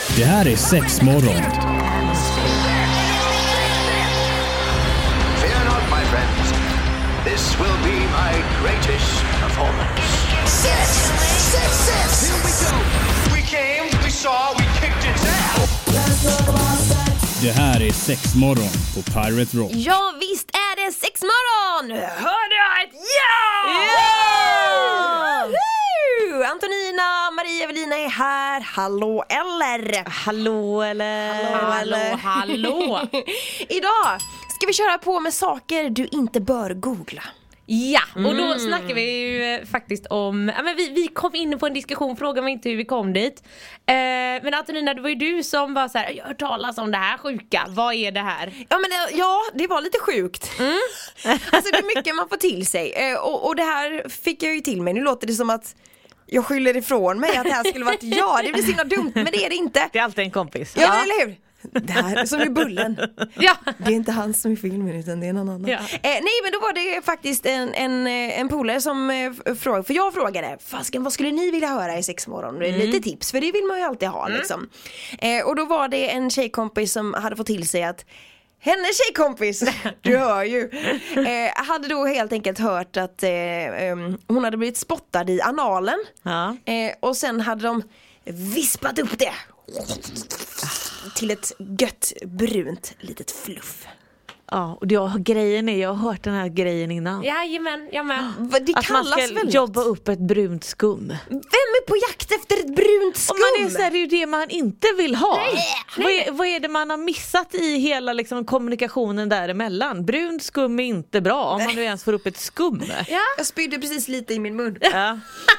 Det här är Sexmorgon. Fear not, my friends. This will be my greatest performance. Six! Here we go. We came, we saw, we kicked its ass. Det här är Sexmorgon på Pirate Rock. Ja, visst är det Sexmorgon! Hörde jag ett ja? Woohoo! Antonina, Maria, Evelina är här. Hallå eller? Hallå. Idag ska vi köra på med saker du inte bör googla. Ja, och då snackar vi ju faktiskt om... Ja, men vi kom in på en diskussion, frågan var inte hur vi kom dit. Men Antonina, det var ju du som var så här: jag har hört talas om det här sjuka, vad är det här? Ja, det var lite sjukt. Alltså det är mycket man får till sig. Och det här fick jag ju till mig. Nu låter det som att jag skyller ifrån mig att det här skulle vara ett det blir så himla dumt, men det är det inte. Det är alltid en kompis. Ja, men eller hur? Det här som är Bullen. Ja. Det är inte han som är filmen utan det är någon annan. Ja. Nej, men då var det faktiskt en polare som frågade. För jag frågade, fasken, vad skulle ni vilja höra i Sexmorgon? Lite tips, för det vill man ju alltid ha liksom. Och då var det en tjejkompis som hade fått till sig att hennes tjejkompis, du hör ju, hade då helt enkelt hört att hon hade blivit spottad i analen. Ja. Och sen hade de vispat upp det till ett gött brunt litet fluff. Ja, och grejen är, jag har hört den här grejen innan. Jajamän, jag med. Det Att man kallas ska väl jobba något? upp ett brunt skum. Vem är på jakt efter ett brunt skum? Och det är ju det man inte vill ha. Vad är det man har missat i hela liksom, kommunikationen däremellan? Brunt skum är inte bra om man nu ens får upp ett skum. Ja. Jag spydde precis lite i min mun. Ja.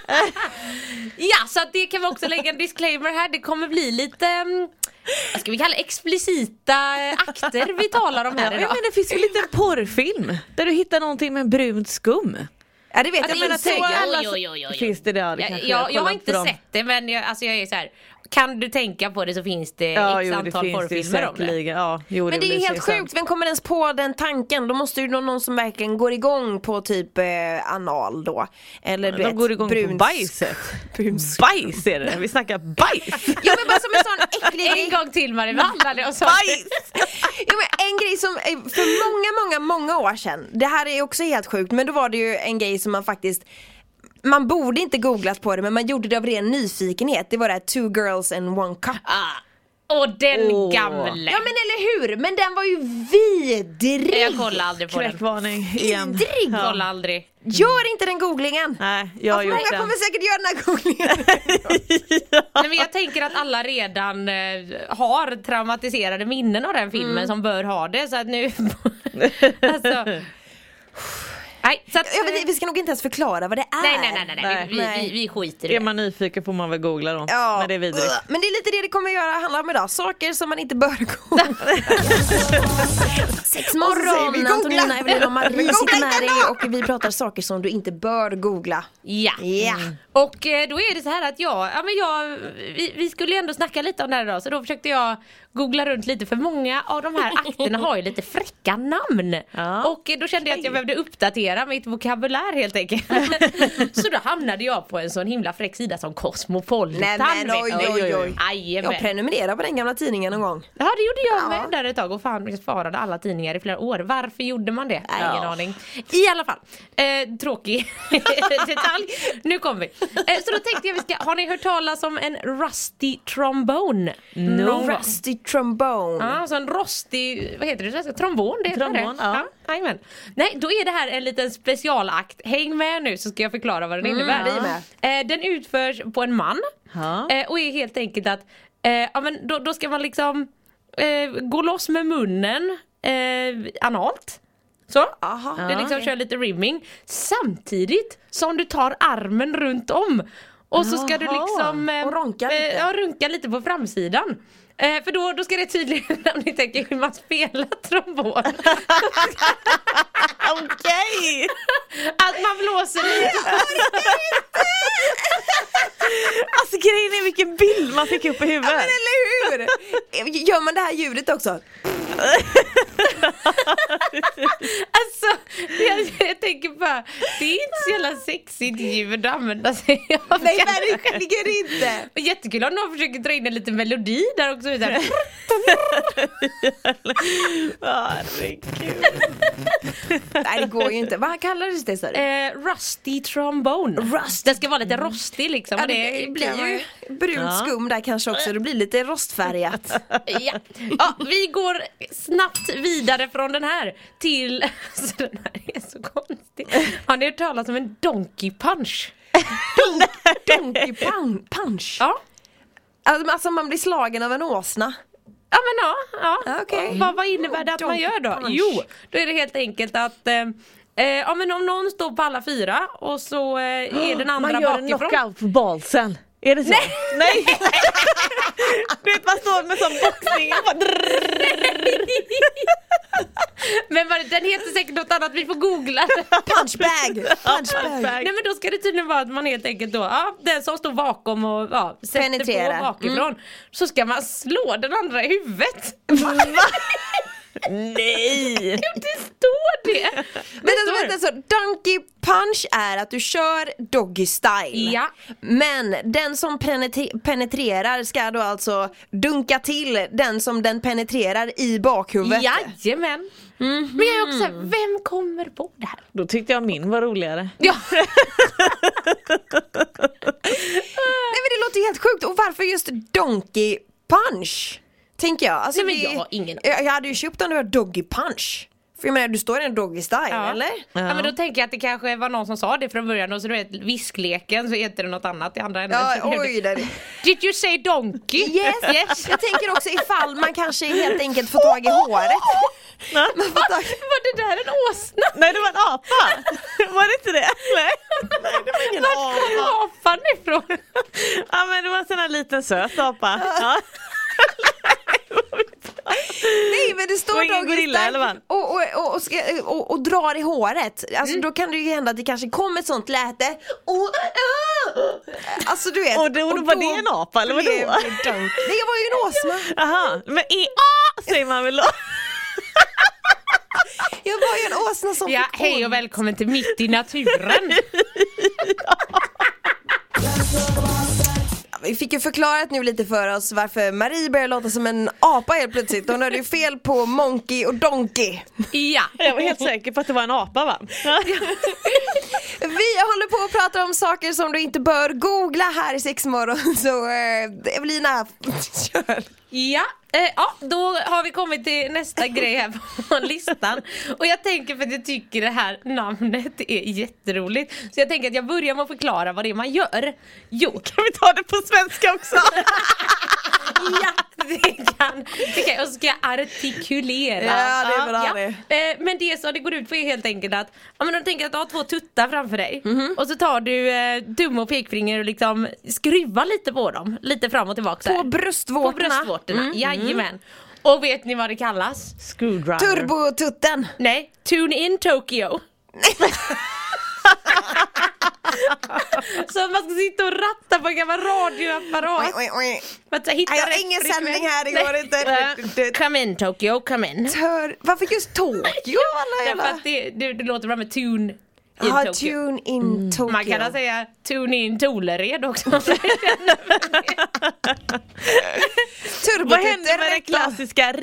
Ja, så att det kan vi också lägga en disclaimer här. Det kommer bli lite... vad ska vi kalla akter vi talar om här Ja, idag. men det finns ju lite en porrfilm där du hittar någonting med brunt skum. Ja, det vet jag. Alltså, Men så alla... Jo. Finns det där? Jag har inte sett det, men jag är så här. Kan du tänka på det så finns det x antal porrfilmer om det. Ja, Men det är ju helt sjukt, vem kommer ens på den tanken? Då måste ju någon som verkligen går igång på typ anal då. Eller De går igång på bajset. Bajs är det, vi snackar bajs. Ja, men bara som en sån äcklig En grej. gång till, Marie, behandlade och så. Bajs! Ja, men en grej som för många år sedan, det här är också helt sjukt, men då var det ju en grej som man borde inte googlat på det, men man gjorde det av ren nyfikenhet. Det var det här 2 girls and 1 cup. Och den gamla. Ja, men eller hur? Men den var ju vidrig. Jag kollar aldrig på den. Kräkvarning igen. Vidrig. Jag kollar aldrig. Gör inte den googlingen. Nej, jag har Många gjort den. kommer säkert göra den här googlingen. Nej, men jag tänker att alla redan har traumatiserade minnen av den filmen som bör ha det. Så att nu... alltså... Nej, så att, Vi ska nog inte ens förklara vad det är. Nej. Vi skiter i Är det. man nyfiken får man väl googla då. Ja. Men det är vidrigt. Men det är lite det kommer handla om idag. Saker som man inte bör googla. Sexmorgon, Antonina, Evelina och Marie sitter med dig och vi pratar saker som du inte bör googla. Ja. Och då är det så här att vi skulle ju ändå snacka lite om det här idag. Så då försökte jag googla runt lite, för många av de här akterna har ju lite fräcka namn. Ja. Och då kände jag att jag behövde uppdatera mitt vokabulär helt enkelt. Så då hamnade jag på en sån himla fräck sida som Cosmopolitan. Nej, men oj. Ajamän. Jag prenumererade på den gamla tidningen någon gång. Ja, det gjorde jag med där ett tag och fan sparade alla tidningar i flera år. Varför gjorde man det? Ingen aning. I alla fall, tråkig detalj. Nu kommer vi. Så då tänkte jag, har ni hört talas om en rusty trombone? Rusty trombone. Ja, så en rostig, vad heter det? Trombon, det heter Trombon, det. ja. Amen. Nej, då är det här en liten specialakt. Häng med nu så ska jag förklara vad den innebär. vi med. Den utförs på en man. Ja. Och är helt enkelt att då ska man liksom gå loss med munnen analt. Så, det liksom kör lite rimming. Samtidigt som du tar armen runt om. Och så ska du liksom och runka lite. runka lite på framsidan. För då ska det tydligen, om ni tänker hur man spelar trombon. Okej! Att man blåser lite. Alltså grejen är vilken bild man fick upp i huvudet. Men eller hur? Gör man det här ljudet också? Alltså, Jag tänker bara, det är inte så jävla sexigt ljud att använda sig av. Nej, verkligen inte. Och jättekul om någon försöker dra in en liten melodi där också. Herregud. Nej, det går ju inte. Vad kallades det så? Rusty trombone. Den ska vara lite rostig liksom. Ja, och det blir ju brunt skum där kanske också. Det blir lite rostfärgat. Ja. Vi går snabbt vidare från den här till... Alltså, den här är så konstig. Har ni hört talas om en donkey punch? Donkey punch? Ja. Alltså man blir slagen av en åsna. Ja men ja. Okej. Vad innebär det att man gör då? Punch. Jo, då är det helt enkelt att ja men om någon står på alla fyra och så är den andra Man gör en bakifrån. knockout på balsen. Är det så? Nej. Du vet, man står med sån boxning. Men den heter säkert något annat, vi får googla. Punchbag. Nej men då ska det tydligen vara att man helt enkelt då, den som står bakom och sätter Penetrera. på bakifrån, så ska man slå den andra i huvudet. Nej. Jo, det står det. Men alltså, donkey punch är att du kör doggy style. Ja. Men den som penetrerar ska då alltså dunka till den som den penetrerar i bakhuvudet. Jajamän. Men jag är också, vem kommer på det här? Då tyckte jag min var roligare. Ja. Nej, men det låter helt sjukt. Och varför just donkey punch? Tänker jag. Alltså, Nej, men jag har ingen. Jag hade ju köpt om det var doggy punch. För jag menar, du står i en doggy style, eller? Ja, men då tänker jag att det kanske var någon som sa det från början. Och så du vet, viskleken så heter det något annat i andra änden. Ja, oj, där. Did you say donkey? Yes. Jag tänker också ifall man kanske helt enkelt får tag i håret. Var det där en åsna? Nej, det var en apa. Var det inte det? Nej, det var ingen Vart kom apan ifrån? Ja, men det var en sån här liten söt apa. Ja. Nej, men det står ingen gorilla, eller vad? och drar i håret. Alltså då kan det ju hända att det kanske kommer ett sånt läte. Alltså du vet. Och då var det en apa, eller vadå? Nej, jag var ju en åsna. Aha, men säger man väl då? Jag var ju en åsna som Ja, fick hej ont. och välkommen till Mitt i naturen. Vi fick ju förklarat nu lite för oss varför Marie började låta som en apa helt plötsligt. Hon hade ju fel på monkey och donkey. Ja. Jag var helt säker på att det var en apa, va? Vi håller på att prata om saker som du inte bör googla här i Sexmorgon. Så Evelina, kör. Ja, då har vi kommit till nästa grej här på listan. Och jag tänker, för att jag tycker det här namnet är jätteroligt, så jag tänker att jag börjar med att förklara vad det är man gör. Jo, Kan vi ta det på svenska också? ja, det kan jag. Och ska jag artikulera. Ja, det är bra det. Men det som det går ut på är helt enkelt att om du tänker att du har två tuttar framför dig, och så tar du tumme och pekfinger och liksom skruvar lite på dem, lite fram och tillbaka. På bröstvårtorna. Jajamän. Och vet ni vad det kallas? Screwdriver. Turbotutten. Nej, Tune in Tokyo. Så man ska sitta och ratta på en gammal radioapparat. Oj. Hitta Jag rätt har ingen frekvens. sändning här, det går inte. Come in Tokyo, come in. Varför just Tokyo? Därför att det låter bra med Tune in Ja, Tokyo. Tune in Tokyo. Man kan säga Tune in Tolered också. Vad hände med det klassiska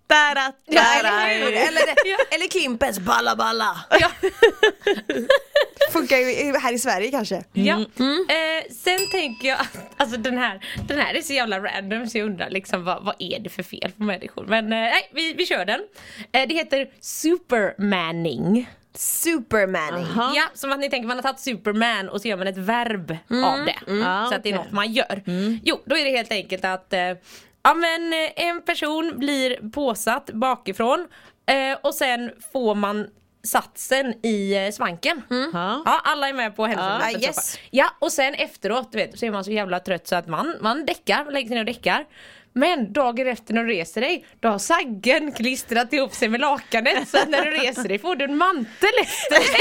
Eller Klimpens balla balla. Ja. Funkar ju här i Sverige kanske. Ja. Sen tänker jag att alltså den här är så jävla random, så jag undrar liksom vad är det för fel på människor. Men nej, vi kör den. Det heter supermanning. Supermanning. Ja, som att ni tänker man har tagit Superman och så gör man ett verb av det. Så att det är något man gör. Jo, då är det helt enkelt att en person blir påsatt bakifrån och sen får man satsen i svanken. Ja, alla är med på hälsan. Yes. Ja, och sen efteråt, du vet, så är man så jävla trött så att man däckar, lägger sig ner och däckar. Men dagen efter när du reser dig, då har saggen klistrat ihop sig med lakanet, så att när du reser dig får du en mantel efter dig.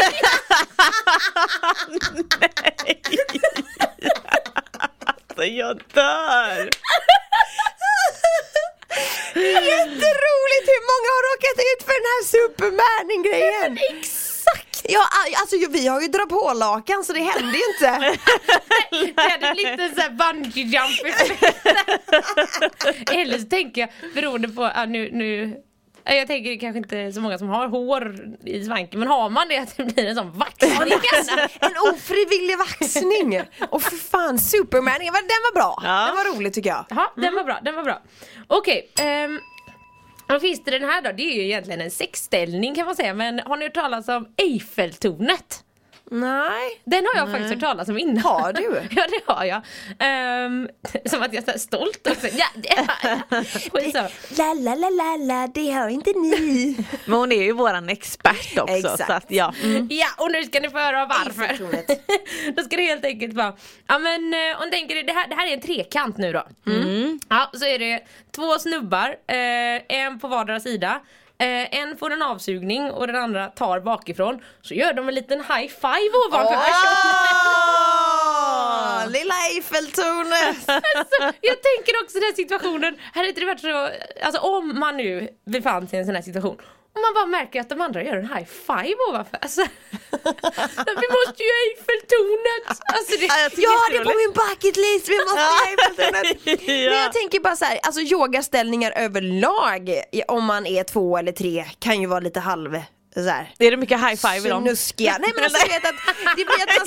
Nej. Alltså, jag dör. Jätteroligt hur många har råkat ut för den här Supermanning-grejen. Exakt Ja, alltså vi har ju dragit på lakan så det händer ju inte. Det hade blivit en sån här bungee jump. Eller så tänker jag, beroende på, nu jag tänker det kanske inte så många som har hår i svanken, men har man det att det blir en sån vaxning. En ofrivillig vaxning. Och för fan, Superman, den var bra. Ja. Den var rolig tycker jag. Ja, den var bra. Okej, vad finns det den här då? Det är ju egentligen en sexställning kan man säga, men har ni hört talas om Eiffeltornet? Nej. Den har jag faktiskt hört talas om innan. Har du? Ja, det har jag. Som att jag är så stolt också. Ja, det har jag. La, det har inte ni. Men hon är ju våran expert också. Exakt. Så att, ja. Ja, och nu ska ni få höra varför. Då ska det helt enkelt vara, ja men om tänker det här är en trekant nu då. Ja, så är det 2 snubbar, en på vardera sida. En får en avsugning och den andra tar bakifrån. Så gör de en liten high five ovanför personen. Lilla Eiffeltornet. Alltså, jag tänker också den här situationen. Hade inte det varit så, alltså om man nu befann sig i en sån här situation och man bara märker att de andra gör en high five ovanför. Alltså, vi måste ju Eiffeltornet. Alltså, det är på min bucket list. Vi måste göra Eiffeltornet. Men jag tänker bara så här, alltså yogaställningar överlag, om man är 2 eller 3, kan ju vara lite halv så här. Är det mycket high five i dem? Snuskiga. Nej men alltså jag vet att det blir att man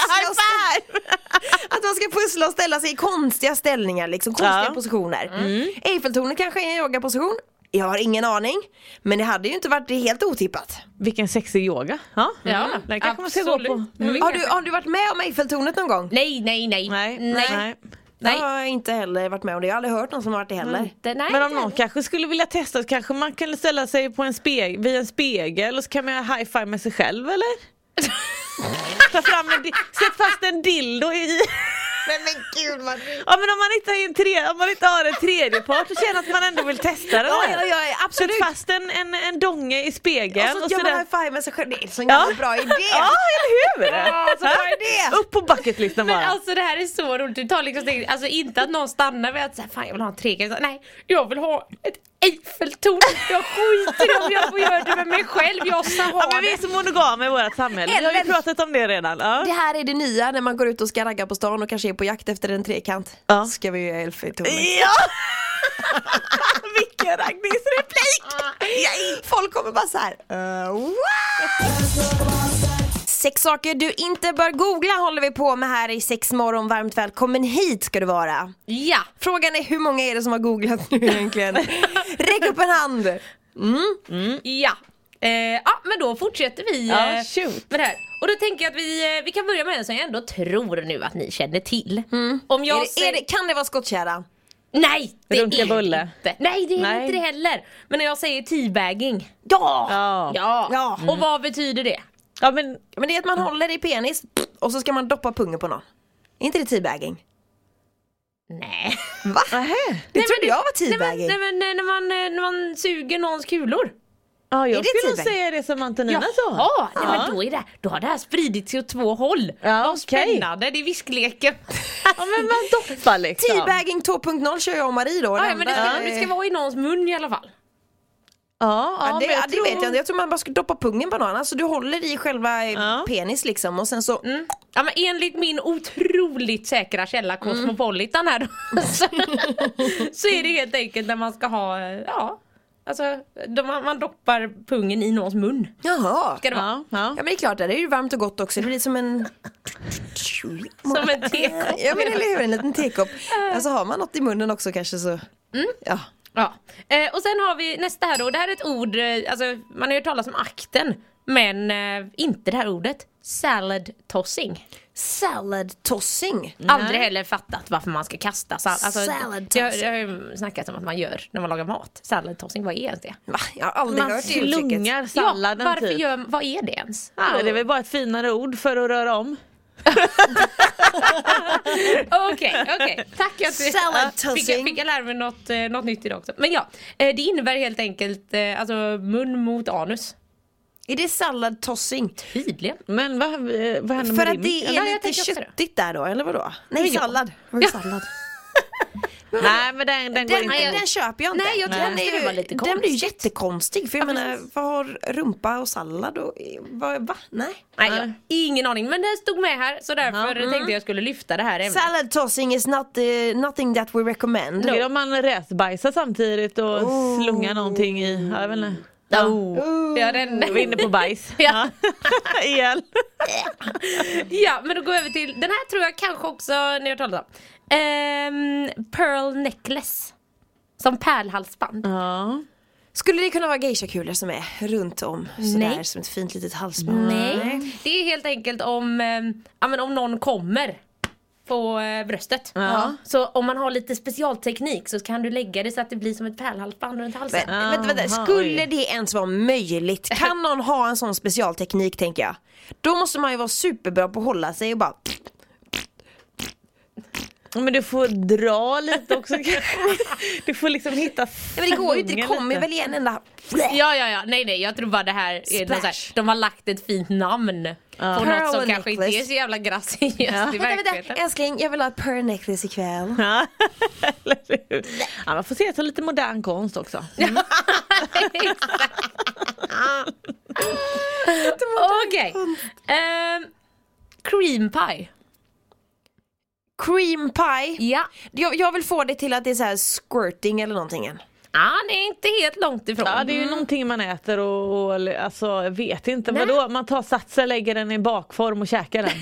ska att man ska pussla och ställa sig i konstiga ställningar liksom, konstiga positioner. Eiffeltornet kanske är en yogaposition. Jag har ingen aning, men det hade ju inte varit helt otippat. Vilken sexig yoga. Ja, det kanske man ska gå på. Har du varit med om Eiffeltornet någon gång? Nej. Jag har inte heller varit med om det. Jag har aldrig hört någon som har varit det heller. Men om någon kanske skulle vilja testa, så kanske man kan ställa sig på vid en spegel och så kan man göra high five med sig själv, eller? Ta fram sätt fast en dildo i. Men gud, man... Ja, men om man inte har en tredje part och känner att man ändå vill testa det. Ja, absolut. Sätt fast en donge i spegeln och så gör man high five med sig själv. Det är så jävla bra idé. Ja, eller hur? Så bra idé. Upp på bucketlistan bara. Men alltså det här är så roligt. Du tar liksom, alltså inte att någon stannar vid att säga, fan jag vill ha en trekant. Nej, jag vill ha ett Eiffeltorn. Jag skiter om jag får göra det med mig själv. Jag sa men vi är så monogama i vårt samhälle. Vi har ju pratat om det redan. Ja. Det här är det nya när man går ut och ska ragga på stan och kanske är på jakt efter en trekant. Ska vi göra Eiffeltornet. Ja! Vilken raggningsreplik! Folk kommer bara så här. What? 6 saker du inte bör googla håller vi på med här i 6 morgon. Varmt välkommen hit ska du vara. Ja. Frågan är hur många är det som har googlat nu egentligen? Räck upp en hand. Ja. Men då fortsätter vi med det här. Och då tänker jag att vi kan börja med en som jag ändå tror nu att ni känner till. Om jag kan det vara skottkärra? Nej, det Runka bulle. Inte. Nej, det är inte det heller. Men när jag säger teabagging. Ja. Och vad betyder det? Ja, men det är att man håller i penis och så ska man doppa pungen på någon. Är inte det teabagging? Nej. Va? Det trodde jag var teabagging. Nej, men när man suger någons kulor. Ja, jag skulle säga det som Antonina sa. Ja, men då har det här spridit sig åt 2 håll. Vad spännande, det är viskleken. Ja, men man doppar liksom. Teabagging 2.0 kör jag och Marie då. Ja, men det ska vara i någons mun i alla fall. Ja, det vet jag inte. Jag tror man bara ska doppa pungen på någon. Alltså du håller i själva penis liksom och sen så... Ja, men enligt min otroligt säkra källa Cosmopolitan här då, så är det helt enkelt när man ska ha... Alltså, man doppar pungen i någons mun. Jaha. Ska det vara? Ja, men det är klart, det är ju varmt och gott också. Det blir som en... Som en tekopp. Ja, men eller hur, en liten tekopp. Alltså har man något i munnen också kanske så... Ja. Och sen har vi nästa här då. Det här är ett ord, alltså man har ju talat om akten, men inte det här ordet. Salad tossing. Salad tossing? Aldrig heller fattat varför man ska kasta alltså, salad tossing. Jag har ju snackat om att man gör när man lagar mat. Salad tossing, vad är ens det? Va? Jag har aldrig hört det uttrycket. Man slungar salladen varför vad är det ens? Det är väl bara ett finare ord för att röra om. Okej. Tack att fick jag lära mig något nytt idag också. Men det innebär helt enkelt alltså mun mot anus. Är det salad tossing? Tydligen. Men vad händer med för att det är lite köttigt där då, eller vadå? Nej, sallad. Var det sallad? Nej, men den går inte. Den köper jag inte. Nej, jag tror det var lite konstigt. Den blir ju jättekonstig. För jag menar, vad har rumpa och sallad och... Va? Nej. Nej, jag har ingen aning. Men den stod med här, så därför tänkte jag skulle lyfta det här ämnet. Salad tossing is nothing that we recommend. Det är om man räsbajsar samtidigt och slungar någonting i, jag vet inte. Ja, den Vi är inne på bajs. Ja. Igen. Ja, men då går vi över till, den här tror jag kanske också ni har talat om. Pearl necklace. Som pärlhalsband. Ja. Skulle det kunna vara geisha-kulor som är runt om sådär Nej. som ett fint litet halsband? Nej, det är helt enkelt om någon kommer på bröstet. Ja. Så om man har lite specialteknik så kan du lägga det så att det blir som ett pärlhalsband runt halsen. Vänta. Skulle det ens vara möjligt? Kan någon ha en sån specialteknik, tänker jag? Då måste man ju vara superbra på att hålla sig och bara... Men du får dra lite också. Du får liksom hitta. Ja, men det går ju inte, det kommer väl i en enda... Ja, nej, jag tror bara det här är något så här, de har lagt ett fint namn på något som kanske inte är så jävla graciöst i verkligheten. Vänta, älskling, jag vill ha ett pearl necklace ikväll. Ja. Ja, man får se så lite modern konst också. Okej. Cream pie. Cream pie? Ja. Jag vill få det till att det är så här squirting eller någonting. Det är inte helt långt ifrån. Ja, det är ju någonting man äter och alltså, jag vet inte. Vadå? Man tar satsen, lägger den i bakform och käkar den.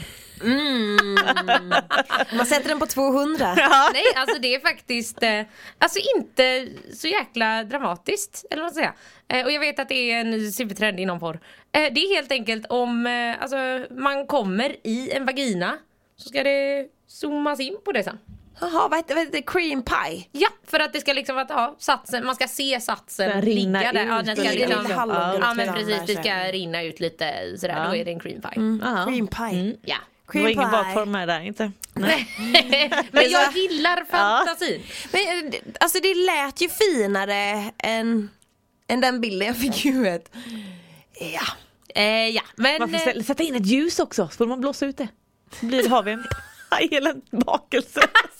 Man sätter den på 200. Nej, alltså det är faktiskt alltså inte så jäkla dramatiskt, eller vad ska jag säga. Och jag vet att det är en supertrend inom porr. Det är helt enkelt om alltså, man kommer i en vagina, så ska det zoomas in på det sen. Jaha, vad heter det? Cream pie? Ja, för att det ska liksom vara satsen, man ska se satsen ligga där. Ja, den ska liksom, ja, men precis, det ska rinna ut lite sådär, då är det en cream pie. Cream pie. Ja. Det var ingen bakform med där, inte? Nej. Men jag gillar fantasin. Men alltså det lät ju finare än den bilden jag fick i huvudet. Ja. Ja, men Man får sätta in ett ljus också, så får man blåsa ut det. Har vi en hela bakelse.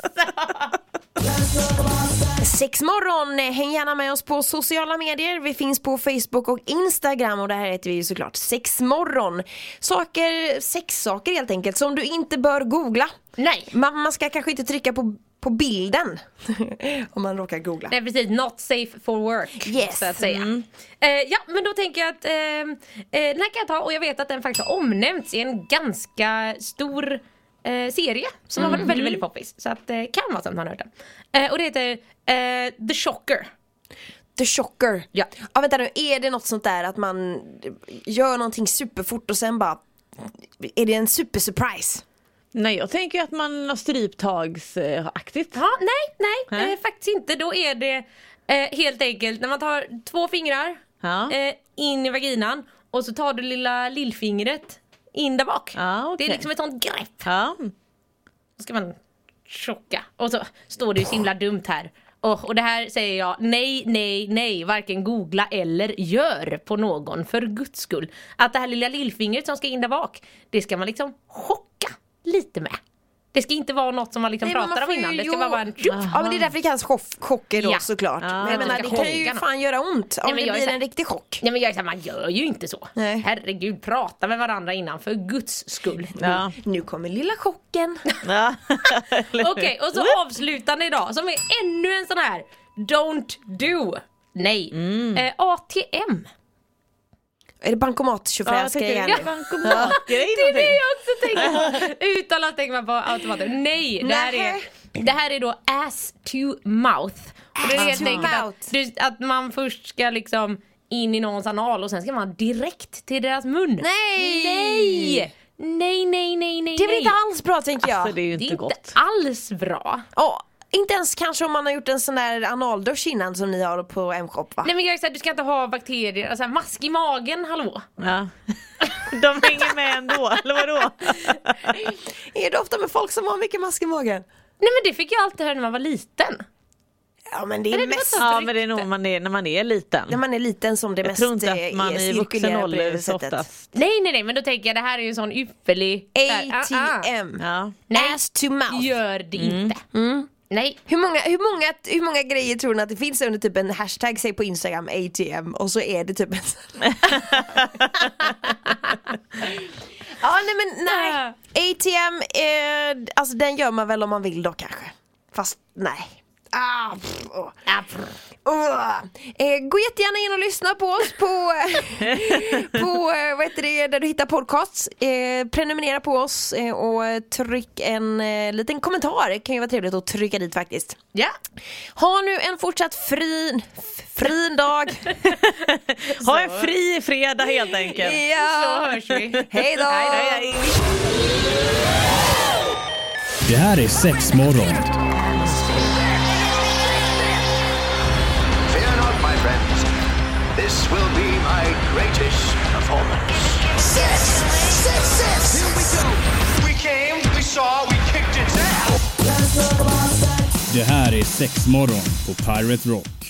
Sexmorgon, häng gärna med oss på sociala medier. Vi finns på Facebook och Instagram och det här heter vi ju såklart Sexmorgon. Sexsaker helt enkelt som du inte bör googla. nej. Man ska kanske inte trycka på bilden om man råkar googla. Nej, precis, not safe for work, Yes. så att säga. Ja, men då tänker jag att den här kan jag ta, och jag vet att den faktiskt har omnämnts i en ganska stor serie som har varit väldigt, väldigt poppis. Så att kan vara som man har hört den. Och det heter The Shocker. The Shocker. Ja. Vänta nu, är det något sånt där att man gör någonting superfort och sen bara är det en super surprise? Nej, jag tänker att man har stryptagsaktigt. Ja, nej, faktiskt inte. Då är det helt enkelt när man tar 2 fingrar in i vaginan och så tar du lillfingret in där bak. Okay. Det är liksom ett sånt grepp. Ja. Då ska man chocka. Och så står det ju så himla dumt här. Och det här säger jag, nej, varken googla eller gör på någon, för guds skull. Att det här lillfingret som ska in där bak, det ska man liksom chocka lite med. Det ska inte vara något som man liksom pratar om innan. Det ska bara vara en... Ja, men det är därför det kallas chocker då, såklart. Men jag menar, det kan ju fan göra ont om det blir en riktig chock. Nej, men jag är så här, man gör ju inte så. Nej. Herregud, prata med varandra innan, för guds skull. Ja. Nu kommer lilla chocken. Ja. Okej, och så avslutande idag som är ännu en sån här don't do. Nej. ATM. Är det bankomat-tjofräs-grejen? Ja, bankomat-grejen. Det är det jag också tänker på. Utan att tänka på automater. Nej, det här är då ass to mouth. Och det är helt enkelt att man först ska liksom in i någons anal och sen ska man direkt till deras mun. Nej! Det blir inte alls bra, tänker jag. Alltså, det är ju Det är inte gott. inte alls bra. Inte ens kanske om man har gjort en sån där analdusch innan som ni har på M-shop, va? Nej, men jag är så här, du ska inte ha bakterier, alltså mask i magen, hallå. Ja. De hänger med ändå, eller vadå? Är det ofta med folk som har mycket mask i magen? Nej, men det fick jag alltid höra när man var liten. Ja, men det är mest... Ja, men det är nog när man är liten. När man är liten som det jag mest tror inte att man i vuxen ålder så oftast. Nej, men då tänker jag, det här är ju en sån ypperlig ATM. Ja. Nej, Ass to mouth. gör det inte. Nej. Hur många grejer tror ni att det finns under typ en hashtag, säg på Instagram ATM, och så är det typ en ja, nej. ATM, alltså den gör man väl om man vill då kanske. Fast nej. Gå jättegärna in och lyssna på oss på vad heter det, där du hittar podcasts. Prenumerera på oss och tryck en liten kommentar. Det kan ju vara trevligt att trycka dit faktiskt. Ja. Ha nu en fortsatt fin dag. Ha en fri fredag helt enkelt. Ja. Så hörs vi. Hej då. Hej. Det här är Sexmorgon. Fear not, my friends. This will be my greatest performance. Six! Here we go. We came, we saw, we kicked its ass. Det här är Sexmorgon på Pirate Rock.